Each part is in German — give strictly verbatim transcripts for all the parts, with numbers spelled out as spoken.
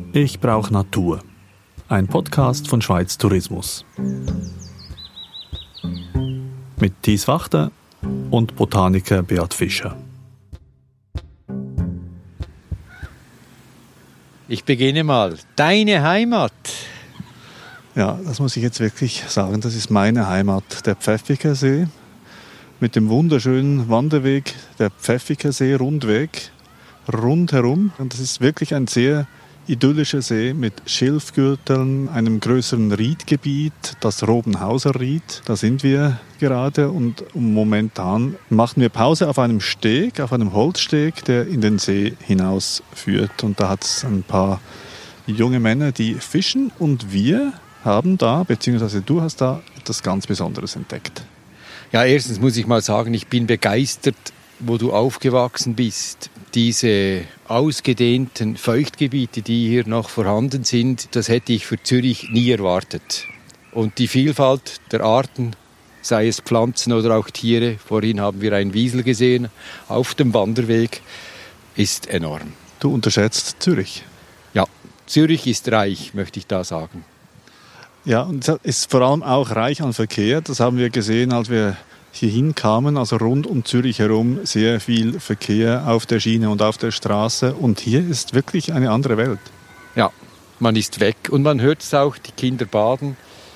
Ich brauche Natur. Ein Podcast von Schweiz Tourismus. Mit Thies Wachter und Botaniker Beat Fischer. Ich beginne mal. Deine Heimat. Ja, das muss ich jetzt wirklich sagen. Das ist meine Heimat, der Pfäffikersee. Mit dem wunderschönen Wanderweg, der Pfäffikersee-Rundweg, rundherum. Und das ist wirklich ein sehr idyllischer See mit Schilfgürteln, einem größeren Riedgebiet, das Robenhauser Ried. Da sind wir gerade und momentan machen wir Pause auf einem Steg, auf einem Holzsteg, der in den See hinausführt. Und da hat es ein paar junge Männer, die fischen, und wir haben da, beziehungsweise du hast da etwas ganz Besonderes entdeckt. Ja, erstens muss ich mal sagen, ich bin begeistert, wo du aufgewachsen bist. Diese ausgedehnten Feuchtgebiete, die hier noch vorhanden sind, das hätte ich für Zürich nie erwartet. Und die Vielfalt der Arten, sei es Pflanzen oder auch Tiere, vorhin haben wir einen Wiesel gesehen, auf dem Wanderweg, ist enorm. Du unterschätzt Zürich. Ja, Zürich ist reich, möchte ich da sagen. Ja, und es ist vor allem auch reich an Verkehr. Das haben wir gesehen, als wir hierhin kamen. Also rund um Zürich herum sehr viel Verkehr auf der Schiene und auf der Straße. Und hier ist wirklich eine andere Welt. Ja, man ist weg und man hört es auch, die Kinder baden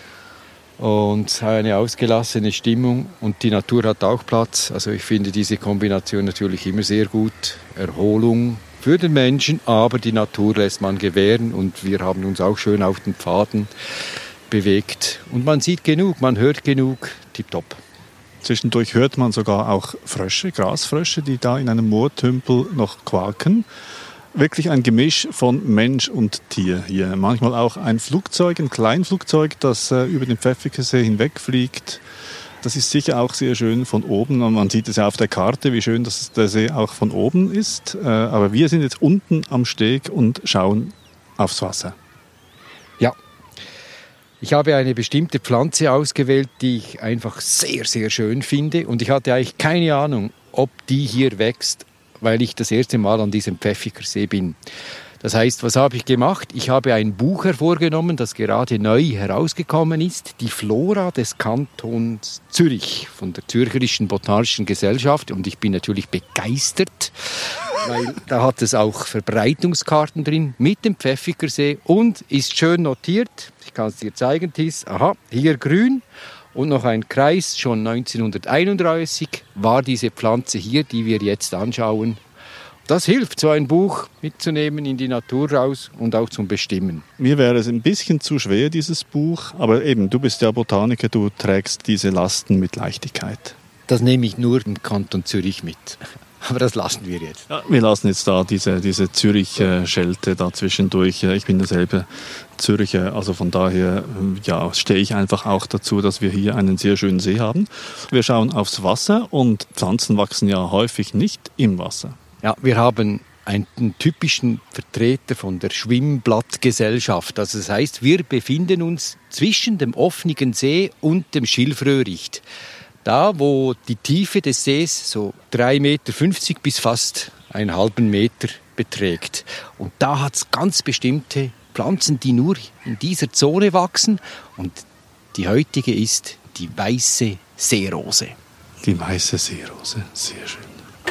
und eine ausgelassene Stimmung. Und die Natur hat auch Platz. Also ich finde diese Kombination natürlich immer sehr gut. Erholung für den Menschen, aber die Natur lässt man gewähren. Und wir haben uns auch schön auf den Pfaden bewegt. Und man sieht genug, man hört genug, tipptopp. Zwischendurch hört man sogar auch Frösche, Grasfrösche, die da in einem Moortümpel noch quaken. Wirklich ein Gemisch von Mensch und Tier hier. Manchmal auch ein Flugzeug, ein Kleinflugzeug, das äh, über den Pfäffikersee hinwegfliegt. Das ist sicher auch sehr schön von oben. Und man sieht es ja auf der Karte, wie schön dass der See auch von oben ist. Äh, aber wir sind jetzt unten am Steg und schauen aufs Wasser. Ja. Ich habe eine bestimmte Pflanze ausgewählt, die ich einfach sehr, sehr schön finde. Und ich hatte eigentlich keine Ahnung, ob die hier wächst, weil ich das erste Mal an diesem Pfäffikersee bin. Das heißt, was habe ich gemacht? Ich habe ein Buch hervorgenommen, das gerade neu herausgekommen ist. Die Flora des Kantons Zürich von der Zürcherischen Botanischen Gesellschaft. Und ich bin natürlich begeistert, weil da hat es auch Verbreitungskarten drin mit dem Pfäffikersee und ist schön notiert. Ich kann es dir zeigen, Thies. Aha, hier grün und noch ein Kreis. Schon neunzehnhunderteinunddreißig war diese Pflanze hier, die wir jetzt anschauen. Das hilft, so ein Buch mitzunehmen in die Natur raus und auch zum Bestimmen. Mir wäre es ein bisschen zu schwer, dieses Buch. Aber eben, du bist ja Botaniker, du trägst diese Lasten mit Leichtigkeit. Das nehme ich nur im Kanton Zürich mit. Aber das lassen wir jetzt. Ja, wir lassen jetzt da diese, diese Zürich-Schelte da zwischendurch. Ich bin derselbe Zürcher, also von daher ja, stehe ich einfach auch dazu, dass wir hier einen sehr schönen See haben. Wir schauen aufs Wasser und Pflanzen wachsen ja häufig nicht im Wasser. Ja, wir haben einen typischen Vertreter von der Schwimmblattgesellschaft. Also das heißt, wir befinden uns zwischen dem offenen See und dem Schilfröhricht. Da, wo die Tiefe des Sees so drei Meter fünfzig bis fast einen halben Meter beträgt. Und da hat es ganz bestimmte Pflanzen, die nur in dieser Zone wachsen. Und die heutige ist die weiße Seerose. Die weiße Seerose, sehr schön.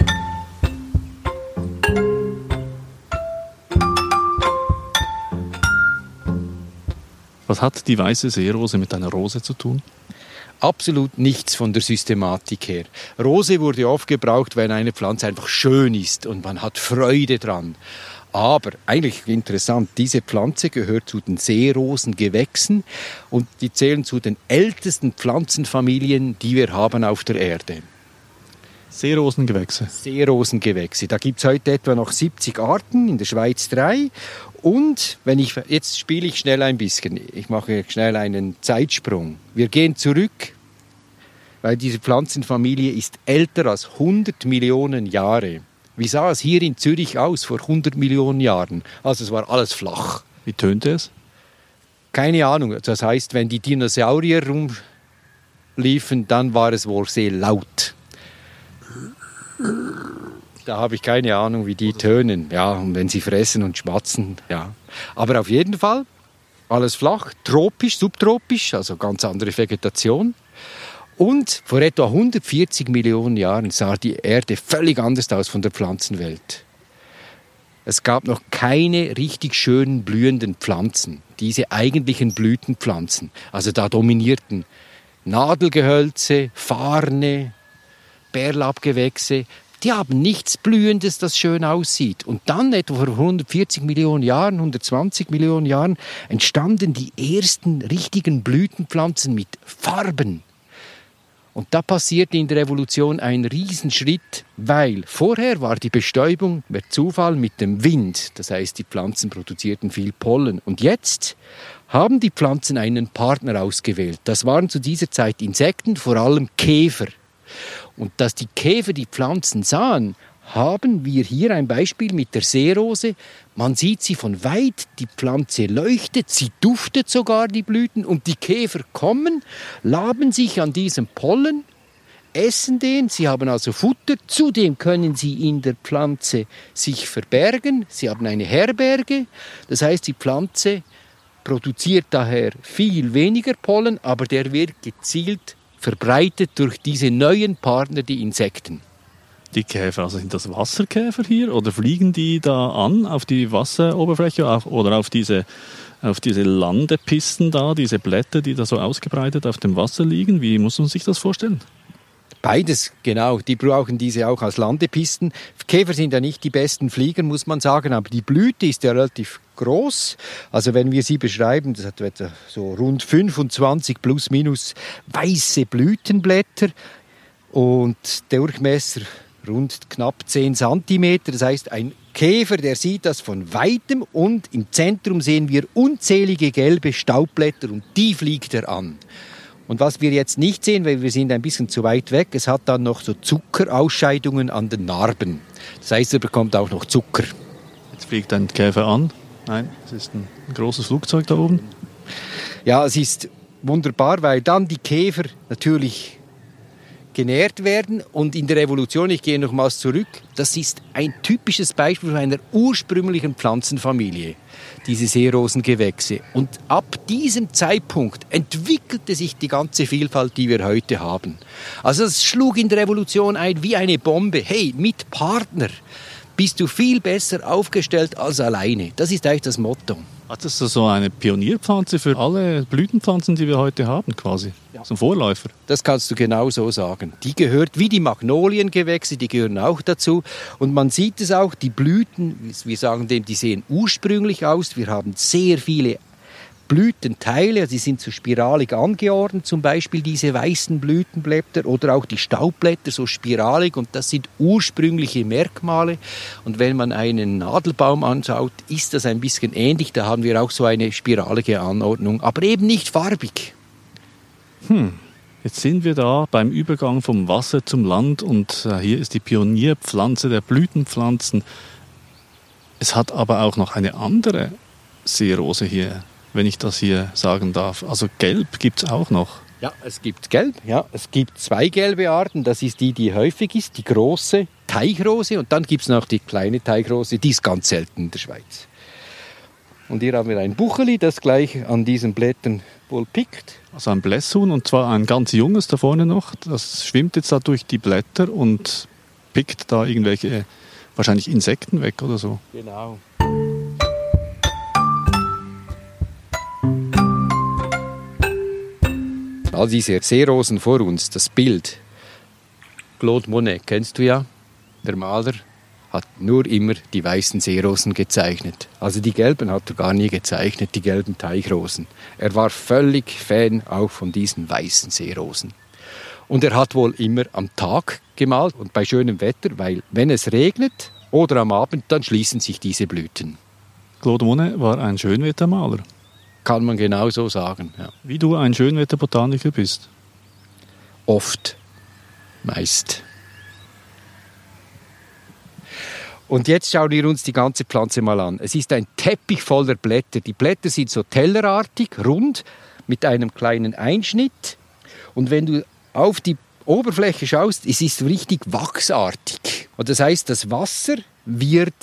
Was hat die weiße Seerose mit einer Rose zu tun? Absolut nichts von der Systematik her. Rose wurde oft gebraucht, wenn eine Pflanze einfach schön ist und man hat Freude dran. Aber eigentlich interessant, diese Pflanze gehört zu den Seerosengewächsen und die zählen zu den ältesten Pflanzenfamilien, die wir haben auf der Erde. Seerosengewächse? Seerosengewächse. Da gibt es heute etwa noch siebzig Arten, in der Schweiz drei. Und wenn ich, jetzt spiele ich schnell ein bisschen, ich mache schnell einen Zeitsprung. Wir gehen zurück, weil diese Pflanzenfamilie ist älter als hundert Millionen Jahre. Wie sah es hier in Zürich aus vor hundert Millionen Jahren? Also es war alles flach. Wie tönte es? Keine Ahnung. Das heißt, wenn die Dinosaurier rumliefen, dann war es wohl sehr laut. Da habe ich keine Ahnung, wie die tönen. Ja, und wenn sie fressen und schmatzen, ja. Aber auf jeden Fall alles flach, tropisch, subtropisch, also ganz andere Vegetation. Und vor etwa hundertvierzig Millionen Jahren sah die Erde völlig anders aus von der Pflanzenwelt. Es gab noch keine richtig schönen blühenden Pflanzen, diese eigentlichen Blütenpflanzen. Also da dominierten Nadelgehölze, Farne, Bärlappgewächse. Die haben nichts Blühendes, das schön aussieht. Und dann, etwa vor hundertvierzig Millionen Jahren, hundertzwanzig Millionen Jahren, entstanden die ersten richtigen Blütenpflanzen mit Farben. Und da passierte in der Evolution ein Riesenschritt, weil vorher war die Bestäubung, der Zufall mit dem Wind. Das heißt, die Pflanzen produzierten viel Pollen. Und jetzt haben die Pflanzen einen Partner ausgewählt. Das waren zu dieser Zeit Insekten, vor allem Käfer. Und dass die Käfer die Pflanzen sahen, haben wir hier ein Beispiel mit der Seerose. Man sieht sie von weit, die Pflanze leuchtet, sie duftet sogar, die Blüten, und die Käfer kommen, laben sich an diesem Pollen, essen den, sie haben also Futter, zudem können sie in der Pflanze sich verbergen, sie haben eine Herberge, das heißt, die Pflanze produziert daher viel weniger Pollen, aber der wird gezielt verbreitet durch diese neuen Partner, die Insekten. Die Käfer, also sind das Wasserkäfer hier oder fliegen die da an auf die Wasseroberfläche oder auf diese, auf diese Landepisten da, diese Blätter, die da so ausgebreitet auf dem Wasser liegen? Wie muss man sich das vorstellen? Beides, genau. Die brauchen diese auch als Landepisten. Käfer sind ja nicht die besten Flieger, muss man sagen, aber die Blüte ist ja relativ groß. Also wenn wir sie beschreiben, das hat etwa so rund fünfundzwanzig plus minus weiße Blütenblätter und Durchmesser rund knapp zehn Zentimeter. Das heißt, ein Käfer, der sieht das von Weitem und im Zentrum sehen wir unzählige gelbe Staubblätter und die fliegt er an. Und was wir jetzt nicht sehen, weil wir sind ein bisschen zu weit weg, es hat dann noch so Zuckerausscheidungen an den Narben. Das heißt, er bekommt auch noch Zucker. Jetzt fliegt ein Käfer an. Nein, es ist ein großes Flugzeug da oben. Ja, es ist wunderbar, weil dann die Käfer natürlich genährt werden. Und in der Evolution, ich gehe nochmals zurück, das ist ein typisches Beispiel von einer ursprünglichen Pflanzenfamilie, diese Seerosengewächse. Und ab diesem Zeitpunkt entwickelte sich die ganze Vielfalt, die wir heute haben. Also es schlug in der Evolution ein wie eine Bombe. Hey, mit Partner bist du viel besser aufgestellt als alleine. Das ist eigentlich das Motto. Hat das so eine Pionierpflanze für alle Blütenpflanzen, die wir heute haben quasi? Ja. So ein Vorläufer? Das kannst du genau so sagen. Die gehört, wie die Magnoliengewächse, die gehören auch dazu. Und man sieht es auch, die Blüten, wir sagen dem, die sehen ursprünglich aus. Wir haben sehr viele Blütenteile, sie sind so spiralig angeordnet, zum Beispiel diese weißen Blütenblätter oder auch die Staubblätter so spiralig, und das sind ursprüngliche Merkmale. Und wenn man einen Nadelbaum anschaut, ist das ein bisschen ähnlich, da haben wir auch so eine spiralige Anordnung, aber eben nicht farbig. Hm. Jetzt sind wir da beim Übergang vom Wasser zum Land und hier ist die Pionierpflanze der Blütenpflanzen. Es hat aber auch noch eine andere Seerose hier, wenn ich das hier sagen darf. Also gelb gibt es auch noch. Ja, es gibt gelb. Ja, es gibt zwei gelbe Arten. Das ist die, die häufig ist, die große Teichrose. Und dann gibt es noch die kleine Teichrose, die ist ganz selten in der Schweiz. Und hier haben wir ein Bucheli, das gleich an diesen Blättern wohl pickt. Also ein Blässhuhn, und zwar ein ganz junges da vorne noch. Das schwimmt jetzt da durch die Blätter und pickt da irgendwelche, wahrscheinlich Insekten weg oder so. Genau. All diese Seerosen vor uns, das Bild. Claude Monet, kennst du ja, der Maler, hat nur immer die weißen Seerosen gezeichnet. Also die gelben hat er gar nie gezeichnet, die gelben Teichrosen. Er war völlig Fan auch von diesen weißen Seerosen. Und er hat wohl immer am Tag gemalt und bei schönem Wetter, weil wenn es regnet oder am Abend, dann schließen sich diese Blüten. Claude Monet war ein Schönwettermaler. Kann man genau so sagen, ja. Wie du ein Schönwetterbotaniker bist? Oft. Meist. Und jetzt schauen wir uns die ganze Pflanze mal an. Es ist ein Teppich voller Blätter. Die Blätter sind so tellerartig, rund, mit einem kleinen Einschnitt. Und wenn du auf die Oberfläche schaust, es ist richtig wachsartig. Und das heißt, das Wasser wird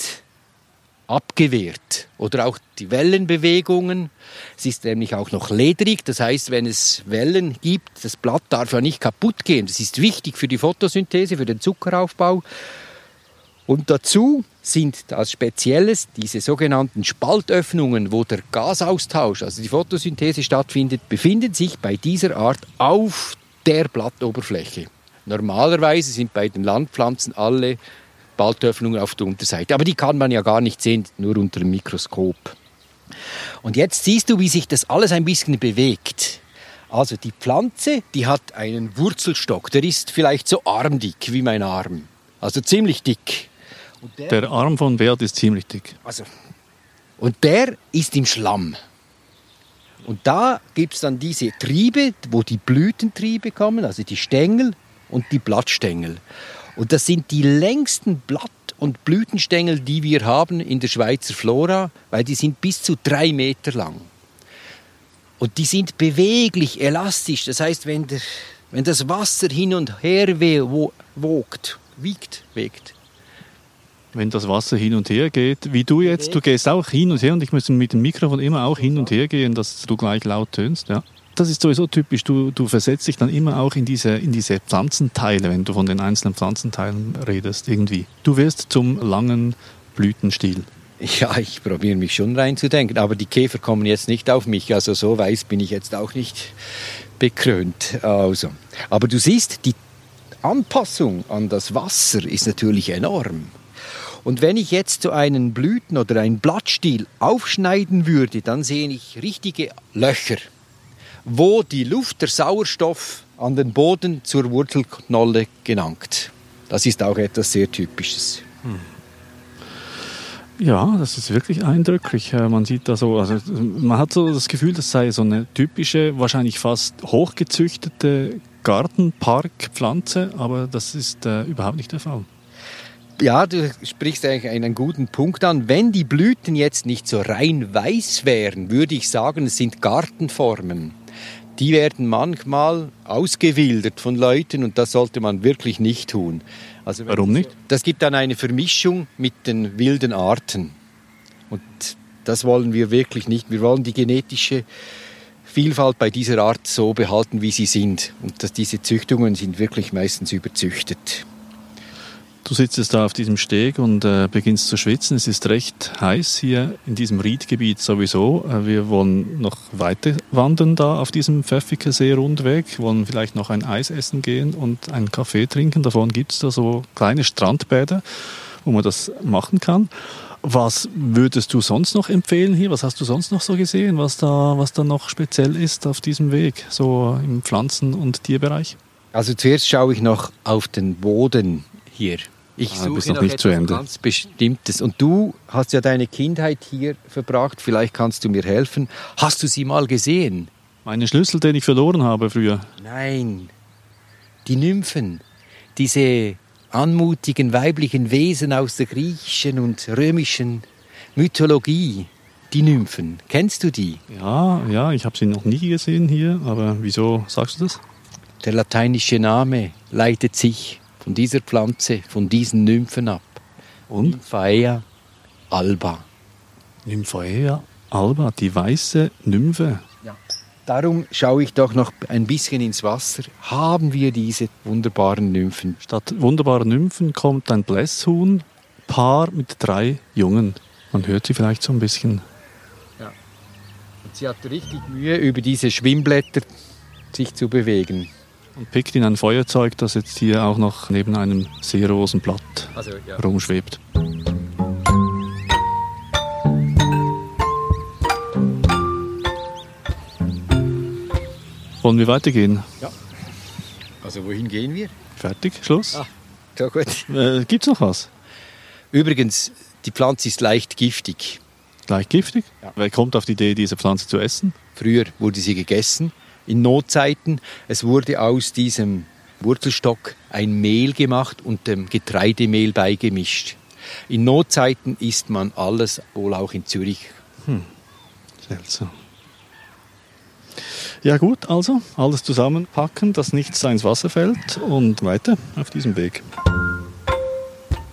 abgewehrt oder auch die Wellenbewegungen. Es ist nämlich auch noch ledrig, das heißt, wenn es Wellen gibt, das Blatt darf ja nicht kaputt gehen. Das ist wichtig für die Photosynthese, für den Zuckeraufbau. Und dazu sind als Spezielles diese sogenannten Spaltöffnungen, wo der Gasaustausch, also die Photosynthese stattfindet, befinden sich bei dieser Art auf der Blattoberfläche. Normalerweise sind bei den Landpflanzen alle Spaltöffnungen auf der Unterseite, aber die kann man ja gar nicht sehen, nur unter dem Mikroskop. Und jetzt siehst du, wie sich das alles ein bisschen bewegt. Also die Pflanze, die hat einen Wurzelstock, der ist vielleicht so armdick wie mein Arm, also ziemlich dick. Und der, der Arm von Beat ist ziemlich dick. Also, und der ist im Schlamm. Und da gibt es dann diese Triebe, wo die Blütentriebe kommen, also die Stängel und die Blattstängel. Und das sind die längsten Blatt- und Blütenstängel, die wir haben in der Schweizer Flora, weil die sind bis zu drei Meter lang. Und die sind beweglich, elastisch. Das heißt, wenn, der, wenn das Wasser hin und her wogt, wiegt, wägt, wenn das Wasser hin und her geht, wie du jetzt, du gehst auch hin und her und ich muss mit dem Mikrofon immer auch hin und her gehen, dass du gleich laut tönst. Ja. Das ist sowieso typisch, du, du versetzt dich dann immer auch in diese, in diese Pflanzenteile, wenn du von den einzelnen Pflanzenteilen redest, irgendwie. Du wirst zum langen Blütenstiel. Ja, ich probiere mich schon reinzudenken, aber die Käfer kommen jetzt nicht auf mich, also so weiß bin ich jetzt auch nicht bekrönt. Also. Aber du siehst, die Anpassung an das Wasser ist natürlich enorm. Und wenn ich jetzt so einen Blüten- oder einen Blattstiel aufschneiden würde, dann sehe ich richtige Löcher, wo die Luft, der Sauerstoff an den Boden zur Wurzelknolle gelangt. Das ist auch etwas sehr Typisches. Ja, das ist wirklich eindrücklich. Man sieht da so, also man hat so das Gefühl, das sei so eine typische, wahrscheinlich fast hochgezüchtete Gartenparkpflanze, aber das ist äh, überhaupt nicht der Fall. Ja, du sprichst eigentlich einen guten Punkt an. Wenn die Blüten jetzt nicht so rein weiß wären, würde ich sagen, es sind Gartenformen. Die werden manchmal ausgewildert von Leuten und das sollte man wirklich nicht tun. Also warum nicht? Das gibt dann eine Vermischung mit den wilden Arten. Und das wollen wir wirklich nicht. Wir wollen die genetische Vielfalt bei dieser Art so behalten, wie sie sind. Und dass diese Züchtungen sind wirklich meistens überzüchtet. Du sitzt jetzt da auf diesem Steg und äh, beginnst zu schwitzen. Es ist recht heiß hier in diesem Riedgebiet sowieso. Äh, wir wollen noch weiter wandern da auf diesem Pfäffikensee-Rundweg, wollen vielleicht noch ein Eis essen gehen und einen Kaffee trinken. Davon gibt es da so kleine Strandbäder, wo man das machen kann. Was würdest du sonst noch empfehlen hier? Was hast du sonst noch so gesehen, was da, was da noch speziell ist auf diesem Weg, so im Pflanzen- und Tierbereich? Also zuerst schaue ich noch auf den Boden hier. Ich ah, suche noch noch nicht etwas zu Ende. ganz Bestimmtes. Und du hast ja deine Kindheit hier verbracht. Vielleicht kannst du mir helfen. Hast du sie mal gesehen? Meine Schlüssel, den ich verloren habe früher. Nein. Die Nymphen. Diese anmutigen weiblichen Wesen aus der griechischen und römischen Mythologie. Die Nymphen. Kennst du die? Ja, ja, ich habe sie noch nie gesehen hier. Aber wieso sagst du das? Der lateinische Name leitet sich von dieser Pflanze, von diesen Nymphen ab. Und? Nymphaea alba. Nymphaea alba, die weiße Nymphe. Ja. Darum schaue ich doch noch ein bisschen ins Wasser. Haben wir diese wunderbaren Nymphen? Statt wunderbarer Nymphen kommt ein Blässhuhn, Paar mit drei Jungen. Man hört sie vielleicht so ein bisschen. Ja. Und sie hat richtig Mühe, über diese Schwimmblätter sich zu bewegen. Und pickt in ein Feuerzeug, das jetzt hier auch noch neben einem Seerosenblatt also, ja. rumschwebt. Wollen wir weitergehen? Ja. Also wohin gehen wir? Fertig, Schluss? Ah, so gut. Äh, gibt's noch was? Übrigens, die Pflanze ist leicht giftig. Leicht giftig? Ja. Wer kommt auf die Idee, diese Pflanze zu essen? Früher wurde sie gegessen. In Notzeiten, es wurde aus diesem Wurzelstock ein Mehl gemacht und dem Getreidemehl beigemischt. In Notzeiten isst man alles, wohl auch in Zürich. Hm. Seltsam. Ja gut, also alles zusammenpacken, dass nichts ins Wasser fällt und weiter auf diesem Weg.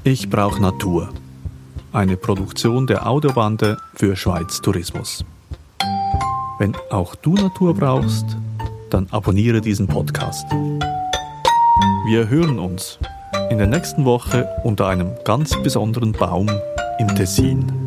Ich brauche Natur. Eine Produktion der Audiobande für Schweiz Tourismus. Wenn auch du Natur brauchst, dann abonniere diesen Podcast. Wir hören uns in der nächsten Woche unter einem ganz besonderen Baum im Tessin.